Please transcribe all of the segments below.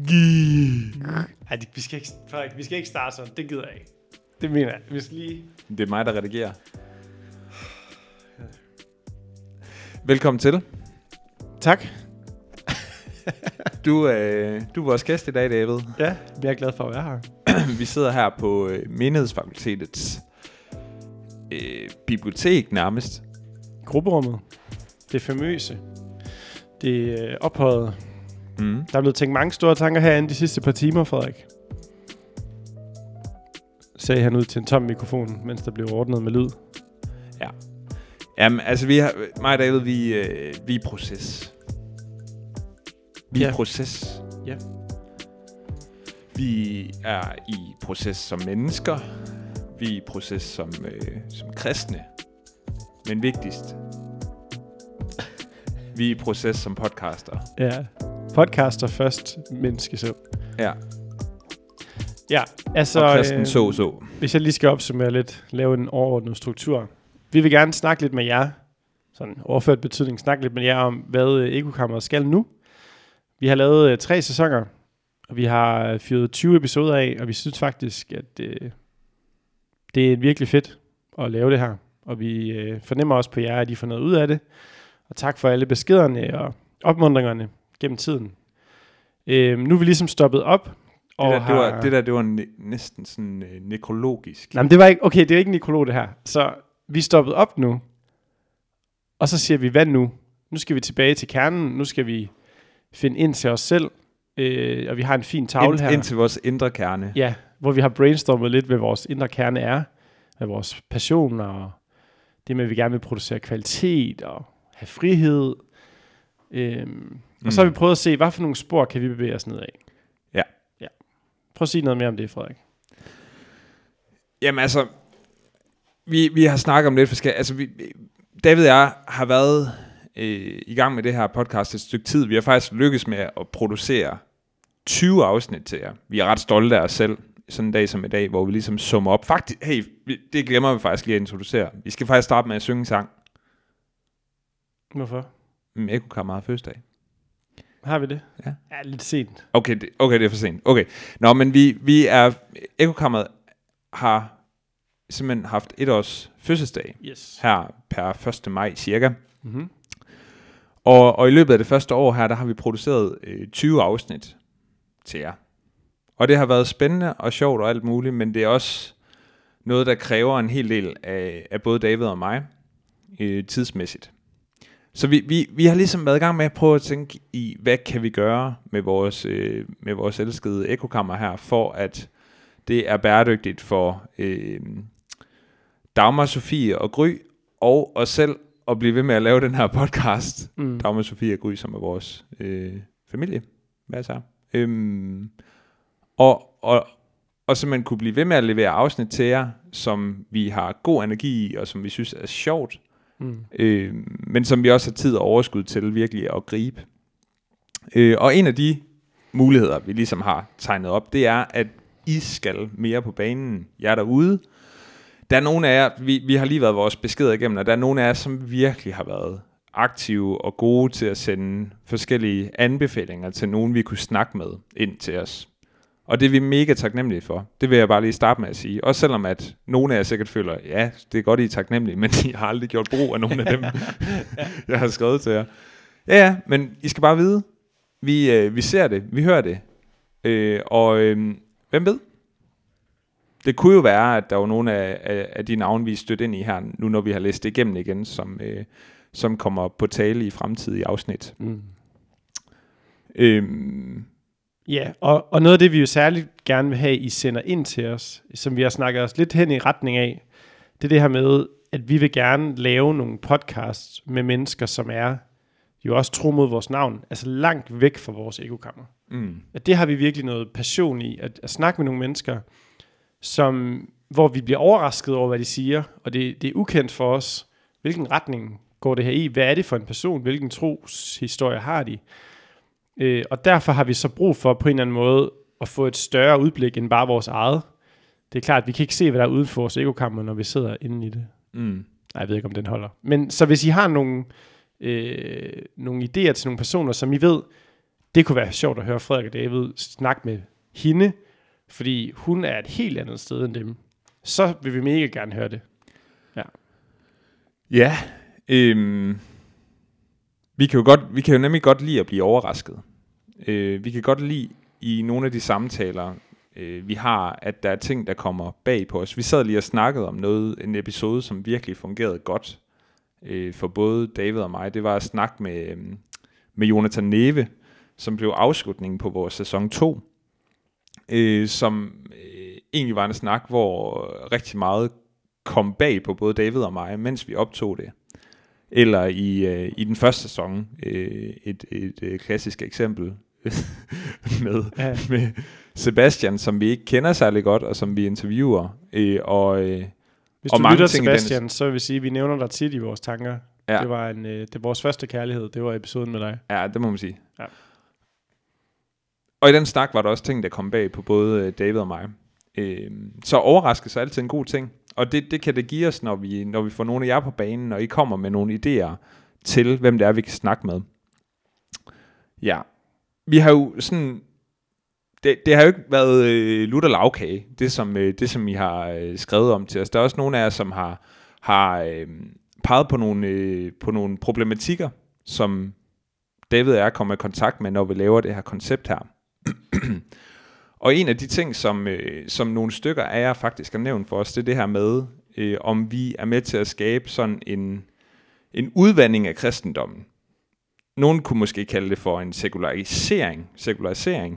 Ej, vi skal ikke starte sådan. Det gider jeg ikke. Det mener jeg. Vi skal lige... Det er mig, der redigerer. Velkommen til. Tak. Du er vores gæst i dag, David. Ja, jeg er glad for at være her. Vi sidder her på Menighedsfakultetets bibliotek nærmest. Grupperummet. Det famøse. Det ophøjet. Mm. Der er blevet tænkt mange store tanker herinde de sidste par timer, Frederik. Sagde han ud til en tom mikrofon, mens der blev ordnet med lyd. Ja. Jamen, altså mig og David, vi er i proces. Vi er i proces. Ja. Vi er i proces som mennesker. Vi er i proces som kristne. Men vigtigst, vi er i proces som podcaster. Ja. Podcaster først, menneskesøvn. Ja. Ja, altså... Og kristen så. Hvis jeg lige skal opsummere lidt, lave en overordnet struktur. Vi vil gerne snakke lidt med jer, sådan overført betydning, snakke lidt med jer om, hvad Ekokammeret skal nu. Vi har lavet 3 sæsoner, og vi har fyret 20 episoder af, og vi synes faktisk, at det er virkelig fedt at lave det her. Og vi fornemmer også på jer, at I får noget ud af det. Og tak for alle beskederne og opmuntringerne gennem tiden. Nu er vi ligesom stoppet op. Det var næsten sådan nekrologisk. Nej, men det var ikke, okay, det er ikke nekrolog det her. Så vi er stoppet op nu, og så siger vi, hvad nu? Nu skal vi tilbage til kernen, nu skal vi finde ind til os selv, og vi har en fin tavle her. Ind til vores indre kerne. Ja, hvor vi har brainstormet lidt, hvad vores indre kerne er, hvad vores passioner, og det med, at vi gerne vil producere kvalitet, og have frihed. Og så har vi prøvet at se, hvad for nogle spor kan vi bevæge os ned af. Ja. Prøv at sige noget mere om det, Frederik. Jamen altså, vi har snakket om lidt forskelligt. Altså, David og jeg har været i gang med det her podcast et stykke tid. Vi har faktisk lykkes med at producere 20 afsnit til jer. Vi er ret stolte af os selv, sådan en dag som i dag, hvor vi ligesom summer op. Faktisk, det glemmer vi faktisk lige at introducere. Vi skal faktisk starte med at synge en sang. Hvorfor? Ekokammeret har fødselsdag. Har vi det? Ja. Ja, lidt sent. Okay, det er for sent. Okay. Nå, men vi er... Ekokammeret har simpelthen haft 1 års fødselsdag. Yes. Her per 1. maj cirka. Mm-hmm. Og i løbet af det første år her, der har vi produceret 20 afsnit til jer. Og det har været spændende og sjovt og alt muligt, men det er også noget, der kræver en hel del af både David og mig tidsmæssigt. Så vi har ligesom været i gang med at prøve at tænke i, hvad kan vi gøre med vores elskede ekokammer her, for at det er bæredygtigt for Dagmar, Sofie og Gry, og os selv at blive ved med at lave den her podcast. Dagmar, Sofie og Gry, som er vores familie. Hvad så? Og så man kunne blive ved med at levere afsnit til jer, som vi har god energi i, og som vi synes er sjovt. Men som vi også har tid og overskud til virkelig at gribe. Og en af de muligheder, vi ligesom har tegnet op, det er, at I skal mere på banen, jer derude. Der er nogle af jer, vi har lige været vores beskeder igennem, og der er nogle af jer, som virkelig har været aktive og gode til at sende forskellige anbefalinger til nogen, vi kunne snakke med ind til os. Og det er vi mega taknemmelige for. Det vil jeg bare lige starte med at sige. Også selvom at nogle af jer sikkert føler, ja, det er godt, I er taknemmelige, men I har aldrig gjort brug af nogen af dem, jeg har skrevet til jer. Ja, men I skal bare vide, vi ser det, vi hører det. Hvem ved? Det kunne jo være, at der var nogle af de navne, vi er stødt ind i her, nu når vi har læst det igennem igen, som kommer på tale i fremtidige afsnit. Ja, og noget af det, vi jo særligt gerne vil have, I sender ind til os, som vi har snakket os lidt hen i retning af, det er det her med, at vi vil gerne lave nogle podcasts med mennesker, som er jo også tro mod vores navn, altså langt væk fra vores ekokammer. At det har vi virkelig noget passion i, at snakke med nogle mennesker, hvor vi bliver overrasket over, hvad de siger, og det er ukendt for os, hvilken retning går det her i, hvad er det for en person, hvilken troshistorie har de, og derfor har vi så brug for på en eller anden måde at få et større udblik end bare vores eget. Det er klart, at vi kan ikke se, hvad der er uden for vores ekokammer, når vi sidder inde i det. Nej, jeg ved ikke, om den holder. Men så hvis I har nogle idéer til nogle personer, som I ved, det kunne være sjovt at høre Frederik og David snakke med hende, fordi hun er et helt andet sted end dem. Så vil vi mega gerne høre det. Ja, vi kan jo nemlig godt lide at blive overrasket. Vi kan godt lide i nogle af de samtaler, vi har, at der er ting, der kommer bag på os. Vi sad lige og snakkede om en episode, som virkelig fungerede godt for både David og mig. Det var at snakke med Jonathan Neve, som blev afslutningen på vores sæson 2, som egentlig var en snak, hvor rigtig meget kom bag på både David og mig, mens vi optog det. Eller i den første sæson, et klassisk eksempel med Sebastian, som vi ikke kender særlig godt, og som vi interviewer. Hvis du lytter Sebastian, så vil vi sige, at vi nævner dig tit i vores tanker. Ja. Det var vores første kærlighed, det var episoden med dig. Ja, det må man sige. Ja. Og i den snak var der også ting, der kom bag på både David og mig. Så overraskelse er altid en god ting. Og det kan det give os, når vi får nogle af jer på banen, og I kommer med nogle idéer til, hvem det er, vi kan snakke med. Ja. Vi har jo sådan... Det har jo ikke været lutter lavkage, det som I har skrevet om til os. Der er også nogle af jer, som har peget på nogle problematikker, som David og jeg kommer i kontakt med, når vi laver det her koncept her. Og en af de ting, som nogle stykker af jer faktisk har nævnt for os, det er det her med, om vi er med til at skabe sådan en udvanding af kristendommen. Nogen kunne måske kalde det for en sekularisering,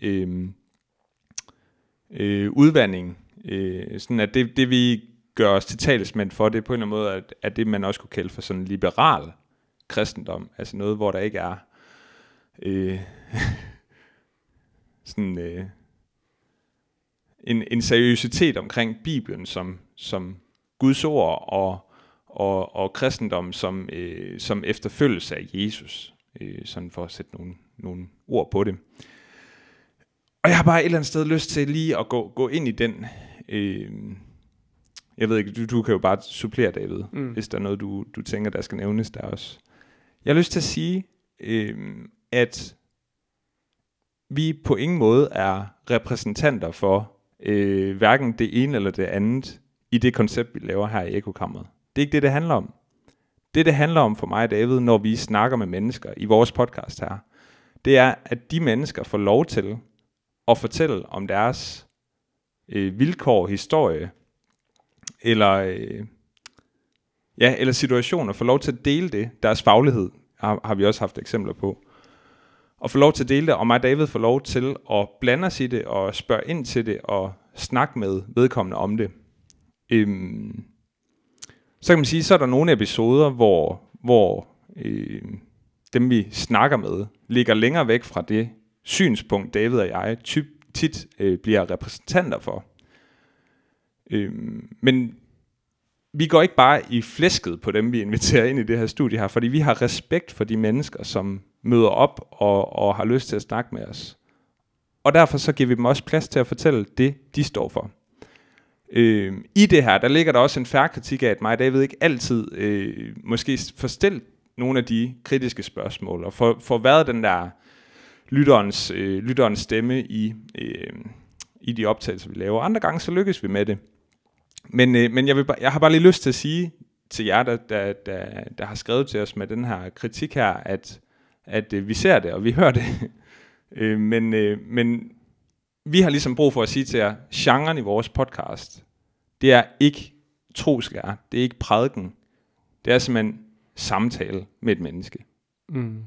udvanding, sådan at det vi gør os til talsmænd for, det er på en eller anden måde, at det man også kunne kalde for sådan liberal kristendom, altså noget, hvor der ikke er sådan en seriøsitet omkring Bibelen som Guds ord og kristendom som efterfølgelse af Jesus, sådan for at sætte nogle ord på det. Og jeg har bare et eller andet sted lyst til lige at gå ind i den. Jeg ved ikke, du kan jo bare supplere, David, hvis der er noget, du tænker, der skal nævnes der også. Jeg har lyst til at sige, at vi på ingen måde er repræsentanter for hverken det ene eller det andet i det koncept, vi laver her i Ekokammeret. Det er ikke det handler om. Det handler om for mig og David, når vi snakker med mennesker i vores podcast her, det er, at de mennesker får lov til at fortælle om deres vilkår, historie, eller situationer, får lov til at dele det, deres faglighed, har vi også haft eksempler på, og få lov til at dele det, og mig og David får lov til at blande os i det, og spørge ind til det, og snakke med vedkommende om det. Så kan man sige, så er der nogle episoder, hvor dem vi snakker med, ligger længere væk fra det synspunkt, David og jeg tit bliver repræsentanter for. Men vi går ikke bare i flæsket på dem, vi inviterer ind i det her studie her, fordi vi har respekt for de mennesker, som møder op og har lyst til at snakke med os. Og derfor så giver vi dem også plads til at fortælle det, de står for. I det her, der ligger der også en fair kritik af, at mig og David ikke altid måske får stillet nogle af de kritiske spørgsmål, og får været den der lytterens stemme i de optagelser, vi laver. Andre gange, så lykkes vi med det. Men jeg har bare lige lyst til at sige til jer, der har skrevet til os med den her kritik her, at vi ser det, og vi hører det. Men vi har ligesom brug for at sige til jer, genren i vores podcast, det er ikke troslære, det er ikke prædiken, det er simpelthen samtale med et menneske. Mm.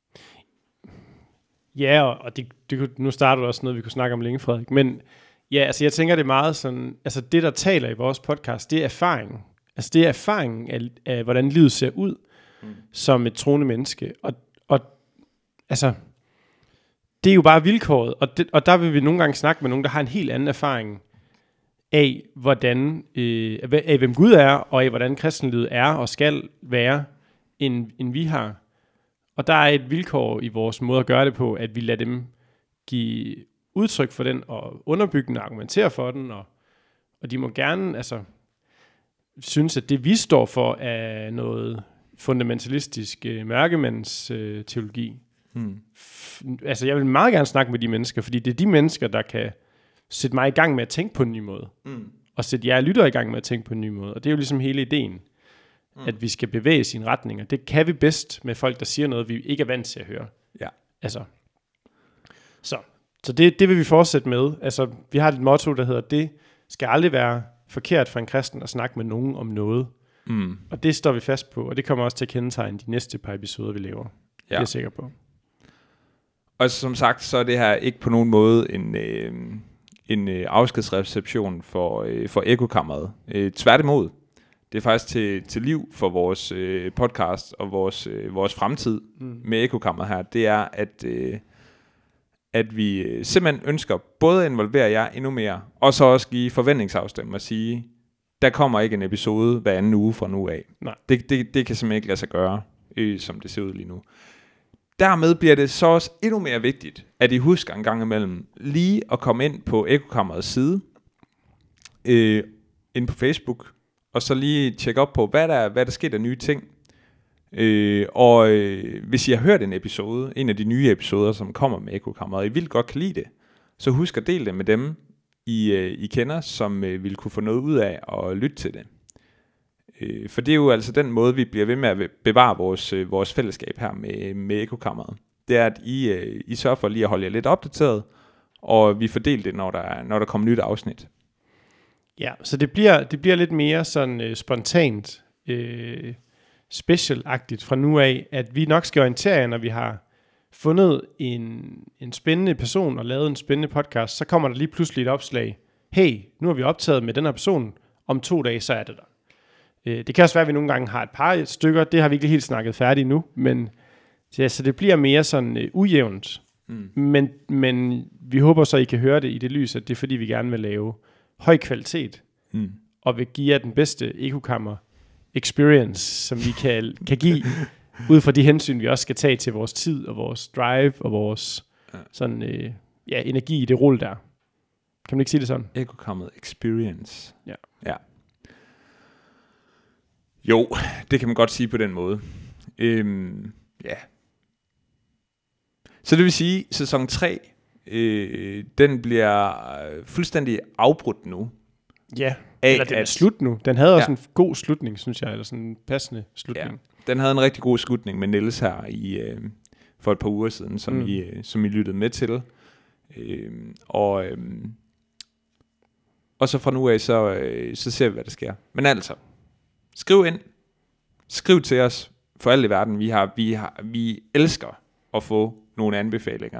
Ja, og nu starter du også noget, vi kunne snakke om længe, Frederik, men ja, altså jeg tænker det er meget sådan, altså det der taler i vores podcast, det er erfaringen. Altså det er erfaringen af hvordan livet ser ud som et troende menneske, og altså det er jo bare vilkåret, og der vil vi nogle gange snakke med nogen, der har en helt anden erfaring af, hvordan, af hvem Gud er, og af hvordan kristenlivet er og skal være, end vi har. Og der er et vilkår i vores måde at gøre det på, at vi lader dem give udtryk for den, og underbygge den, og argumentere for den, og de må gerne synes, at det vi står for, er noget fundamentalistisk mørkemands teologi. Altså, jeg vil meget gerne snakke med de mennesker, fordi det er de mennesker, der kan sætte mig i gang med at tænke på en ny måde. Og sætte jer lytter i gang med at tænke på en ny måde. Og det er jo ligesom hele ideen, at vi skal bevæge sine retninger. Det kan vi bedst med folk, der siger noget, vi ikke er vant til at høre. Ja. Altså, så det vil vi fortsætte med. Altså, vi har et motto, der hedder, det skal aldrig være forkert for en kristen at snakke med nogen om noget. Og det står vi fast på, og det kommer også til at kendetegne de næste par episoder, vi laver. Det er jeg sikker på. Og som sagt, så er det her ikke på nogen måde en afskedsreception for Ekokammeret. Tværtimod. Det er faktisk til liv for vores podcast og vores fremtid med Ekokammeret her. Det er, at vi simpelthen ønsker både at involvere jer endnu mere, og så også give forventningsafstemning og sige, der kommer ikke en episode hver anden uge fra nu af. Nej. Det kan simpelthen ikke lade sig gøre, som det ser ud lige nu. Dermed bliver det så også endnu mere vigtigt, at I husker en gang imellem lige at komme ind på Ekokammerets side, ind på Facebook, og så lige tjekke op på, hvad der sker af nye ting. Hvis I har hørt en af de nye episoder, som kommer med Ekokammeret, og I vil godt kan lide det, så husk at dele det med dem, I kender, som vil kunne få noget ud af at lytte til det. For det er jo altså den måde, vi bliver ved med at bevare vores fællesskab her med Ekokammeret. Det er, at I sørger for lige at holde jer lidt opdateret, og vi fordeler det, når der kommer nyt afsnit. Ja, så det bliver lidt mere sådan spontant, special-agtigt fra nu af, at vi nok skal orientere jer, når vi har fundet en spændende person og lavet en spændende podcast, så kommer der lige pludselig et opslag. Hey, nu har vi optaget med den her person, om 2 dage, så er det der. Det kan også være, at vi nogle gange har et par stykker, det har vi ikke helt snakket færdigt nu, men ja, så det bliver mere sådan ujævnt. Men vi håber så, I kan høre det i det lys, at det er fordi, vi gerne vil lave høj kvalitet, og vil give jer den bedste Ekokammer experience, som vi kan give, ud fra de hensyn, vi også skal tage til vores tid, og vores drive, og vores sådan, energi i det rulle der. Kan man ikke sige det sådan? Ekokammeret experience. Ja. Jo, det kan man godt sige på den måde. Så det vil sige, sæson 3, den bliver fuldstændig afbrudt nu. Ja, eller den er slut nu. Den havde også en god slutning, synes jeg, eller sådan en passende slutning. Ja, den havde en rigtig god slutning med Niels her for et par uger siden, som I lyttede med til. Og så fra nu af, så ser vi, hvad der sker. Men altså, skriv ind. Skriv til os for alt i verden. Vi elsker at få nogle anbefalinger,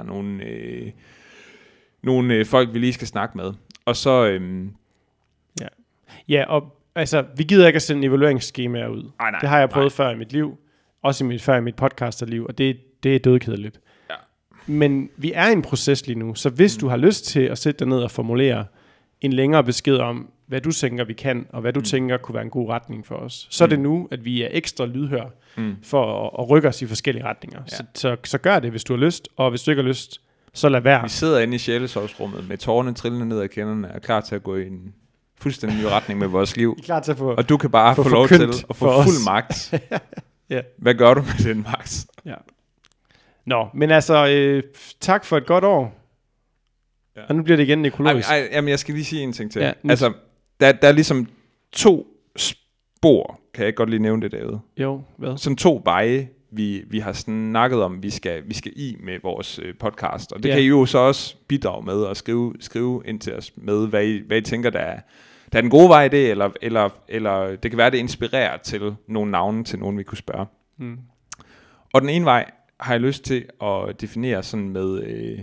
nogle folk, vi lige skal snakke med. Og så... Ja, og altså, vi gider ikke at sende evalueringsskemaer ud. Nej, det har jeg prøvet før i mit liv. Også før i mit podcasterliv, og det er dødkedeligt. Ja. Men vi er i en proces lige nu, så hvis du har lyst til at sætte dig ned og formulere en længere besked om, hvad du tænker, vi kan, og hvad du tænker kunne være en god retning for os, så er det nu, at vi er ekstra lydhør for at rykke os i forskellige retninger. Ja. Så gør det, hvis du har lyst, og hvis du ikke har lyst, så lad være. Vi sidder inde i sjælesovsrummet med tårerne trillende ned ad kinderne, og er klar til at gå i en fuldstændig ny retning med vores liv. Klar til at få, og du kan bare få lov til at få fuld magt. Ja. Hvad gør du med den magt? Ja. Nå, men altså, tak for et godt år. Ja. Og nu bliver det igen økologisk. Jamen, jeg skal lige sige en ting til. Ja, altså, der er ligesom 2 spor, kan jeg godt lige nævne det derude. Jo, hvad? Sådan 2 veje, vi har snakket om, vi skal i med vores podcast. Og det kan I jo så også bidrage med og skrive ind til os med, hvad I tænker, der er den gode vej i det, eller det kan være, det inspirerer til nogle navne til nogen, vi kunne spørge. Og den ene vej har jeg lyst til at definere sådan med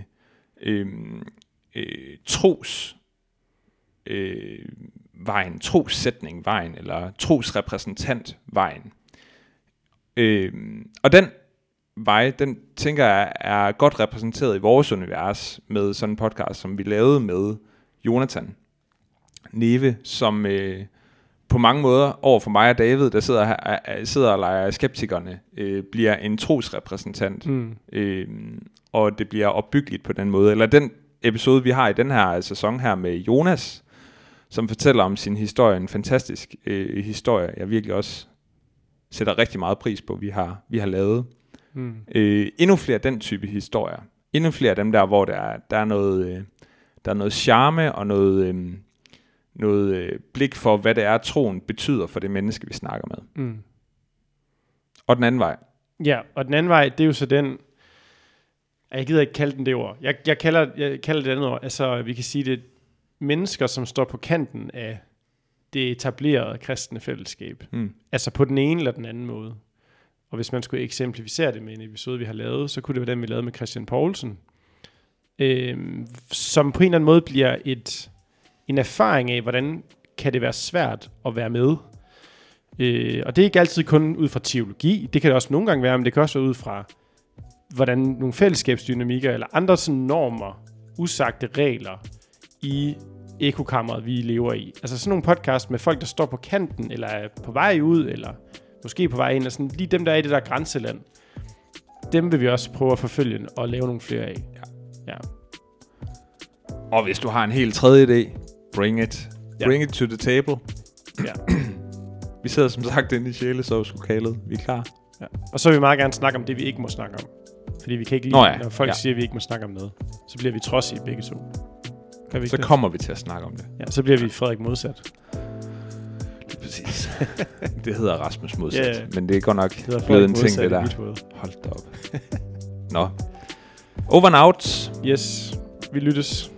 trossætning-vejen, eller trosrepræsentant-vejen. Og den vej, den tænker jeg er godt repræsenteret i vores univers med sådan en podcast, som vi lavede med Jonathan Neve, som på mange måder over for mig og David, der sidder og leger skeptikerne, bliver en trosrepræsentant. Og det bliver opbyggeligt på den måde. Eller den episode, vi har i den her sæson her med Jonas, som fortæller om sin historie, en fantastisk historie, jeg virkelig også sætter rigtig meget pris på, vi har lavet. Endnu flere den type historier. Endnu flere af dem der, hvor der er noget charme og noget blik for, hvad det er, troen betyder for det menneske, vi snakker med. Og den anden vej. Ja, og den anden vej, det er jo så den, jeg gider ikke kalde den det ord. Jeg kalder det andet ord. Altså, vi kan sige, det er mennesker, som står på kanten af det etablerede kristne fællesskab. Altså på den ene eller den anden måde. Og hvis man skulle eksemplificere det med en episode, vi har lavet, så kunne det være den, vi lavede med Christian Poulsen. Som på en eller anden måde bliver en erfaring af, hvordan kan det være svært at være med. Og det er ikke altid kun ud fra teologi. Det kan det også nogle gange være, men det kan også være ud fra, hvordan nogle fællesskabsdynamikker eller andre sådan normer, usagte regler i ekokammeret, vi lever i. Altså sådan nogle podcast med folk, der står på kanten, eller er på vej ud, eller måske på vej ind, og sådan lige dem, der er i det der grænseland. Dem vil vi også prøve at forfølge og lave nogle flere af. Ja. Og hvis du har en helt tredje idé, bring it. Bring it to the table. Ja. Vi sidder som sagt inde i sjælesovslokalet. Vi er klar. Ja. Og så vil vi meget gerne snakke om det, vi ikke må snakke om. Fordi vi kan ikke lide, når folk siger, at vi ikke må snakke om noget. Så bliver vi trodsige begge to. Så kommer vi til at snakke om det. Ja, så bliver vi Frederik modsat. Lige præcis. Det hedder Rasmus modsat. Yeah. Men det er godt nok blevet en ting, det der. Hold da op. Nå. Over and out. Yes. Vi lyttes.